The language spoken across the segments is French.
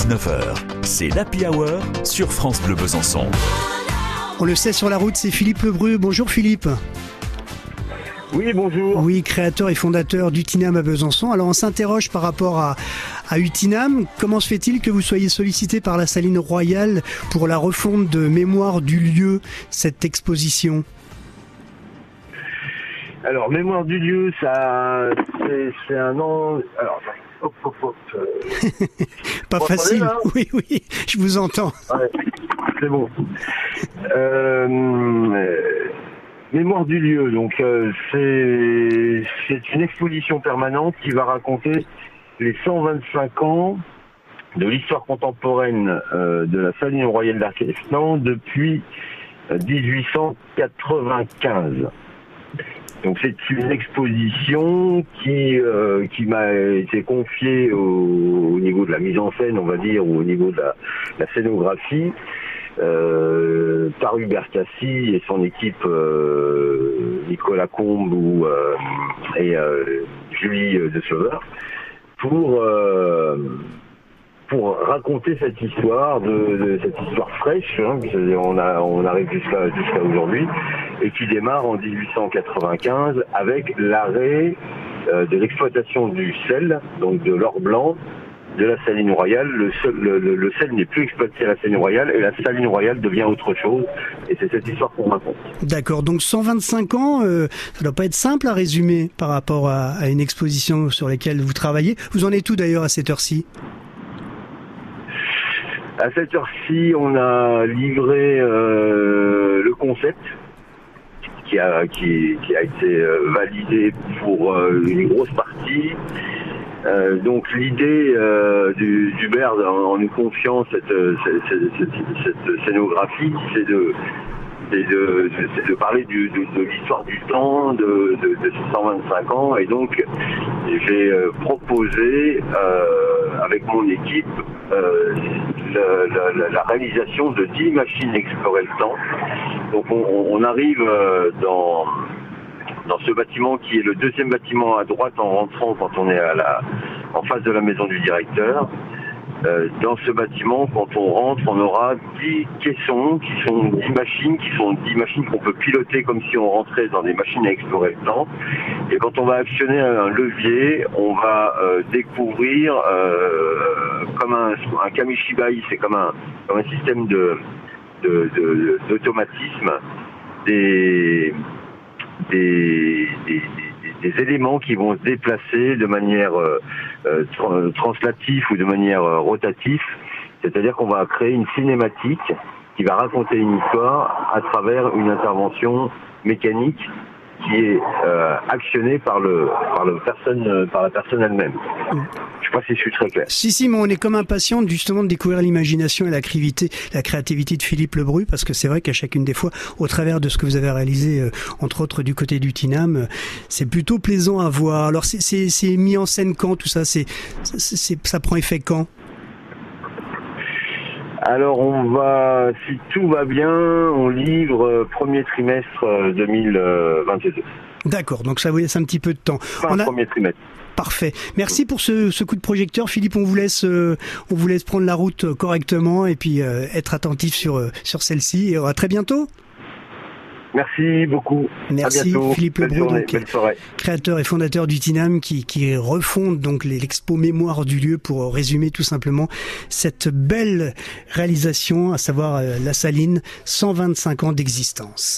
19h, c'est l'Happy Hour sur France Bleu Besançon. On le sait, sur la route, c'est Philippe Lebru. Bonjour Philippe. Oui, bonjour. Oui, créateur et fondateur d'Utinam à Besançon. Alors on s'interroge par rapport à Utinam. Comment se fait-il que vous soyez sollicité par la Saline Royale pour la refonte de Mémoire du lieu, cette exposition? Alors, Mémoire du lieu, ça, c'est un an... Alors, Pas facile. Là, oui, je vous entends. Ouais, c'est bon. Mémoire du lieu, donc c'est une exposition permanente qui va raconter les 125 ans de l'histoire contemporaine de la Saline Royale d'Arquestan depuis 1895. Donc c'est une exposition qui m'a été confiée au niveau de la mise en scène, on va dire, ou au niveau de la scénographie, par Hubert Cassi et son équipe, Nicolas Combe et Julie de Sauveur, pour raconter cette histoire cette histoire fraîche, hein, on arrive jusqu'à aujourd'hui, et qui démarre en 1895 avec l'arrêt de l'exploitation du sel, donc de l'or blanc, de la Saline Royale. Le sel n'est plus exploité à la Saline Royale et la Saline Royale devient autre chose, et c'est cette histoire qu'on raconte. D'accord, donc 125 ans, ça doit pas être simple à résumer par rapport à une exposition sur laquelle vous travaillez. Vous en êtes où d'ailleurs à cette heure-ci? À cette heure-ci, on a livré le concept qui a été validé pour une grosse partie. Donc l'idée d'Hubert en nous confiant cette scénographie, c'est de parler de l'histoire du temps de ces 125 ans, et donc j'ai proposé avec mon équipe la réalisation de 10 machines explorer le temps. Donc on arrive dans ce bâtiment qui est le deuxième bâtiment à droite en rentrant quand on est en face de la maison du directeur. Dans ce bâtiment, quand on rentre, on aura 10 caissons qui sont 10 machines qu'on peut piloter comme si on rentrait dans des machines à explorer le temps. Et quand on va actionner un levier, on va découvrir comme un kamishibai, c'est comme un système d'automatisme, des éléments qui vont se déplacer de manière translative ou de manière rotative, c'est-à-dire qu'on va créer une cinématique qui va raconter une histoire à travers une intervention mécanique qui est actionnée par la personne elle-même. Je sais pas si je suis très clair. Si, mais on est comme impatient justement de découvrir l'imagination et la créativité de Philippe Lebru, parce que c'est vrai qu'à chacune des fois, au travers de ce que vous avez réalisé, entre autres du côté d'Utinam, c'est plutôt plaisant à voir. Alors c'est mis en scène quand tout ça, ça prend effet quand? Alors si tout va bien, on livre premier trimestre 2022. D'accord, donc ça vous laisse un petit peu de temps. Premier trimestre. Parfait. Merci pour ce coup de projecteur, Philippe. On vous laisse prendre la route correctement et puis être attentif sur celle-ci. Et à très bientôt. Merci beaucoup. Merci Philippe Lebru, belle soirée. Créateur et fondateur d'Utinam qui refonde donc l'expo Mémoire du lieu pour résumer tout simplement cette belle réalisation, à savoir la Saline, 125 ans d'existence.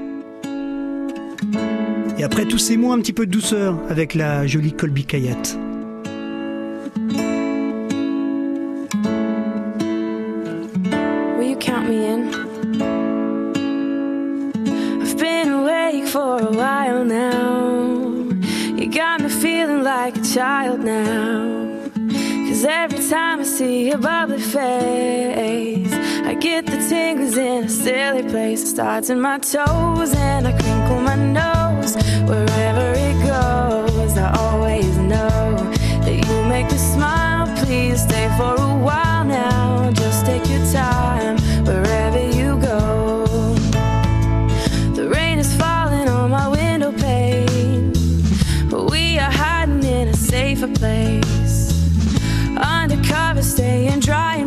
Et après tous ces mots, un petit peu de douceur avec la jolie Colby Kayat. Will you count me in? I've been awake for a while now. You got me feeling like a child now. 'Cause every time I see your bubbly face, I get the tingles in a silly place. It starts in my toes and I crinkle my nose. Wherever it goes, I always know that you make me smile. Please stay for a while now. Just take your time wherever you go. The rain is falling on my window pane, but we are hiding in a safer place. Undercover, staying dry.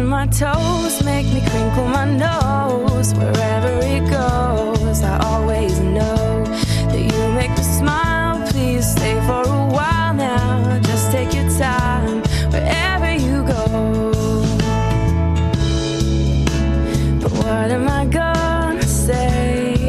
between my toes, make me crinkle my nose. Wherever it goes, I always know